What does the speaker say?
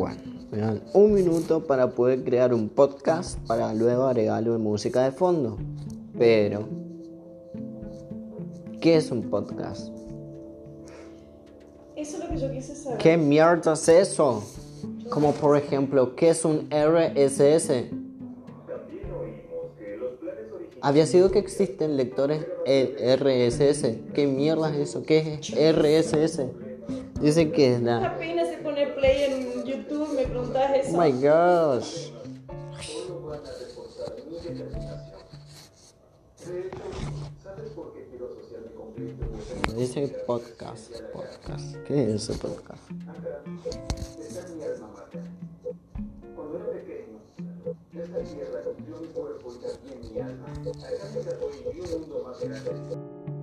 Bueno, me dan un minuto para poder crear un podcast para luego agregarle música de fondo. Pero, ¿qué es un podcast? Eso es lo que yo quise saber. ¿Qué mierda es eso? Como por ejemplo, ¿qué es un RSS? Había sido que existen lectores RSS. ¿Qué mierda es eso? ¿Qué es RSS? Dicen que es la... Apenas se pone play en YouTube, me preguntas eso. Oh my gosh. Dice podcast. ¿Qué es ese podcast? Cuando era pequeño, esta tierra cumplió mi cuerpo y también mi alma. A esa tierra hoy vi un mundo más grande.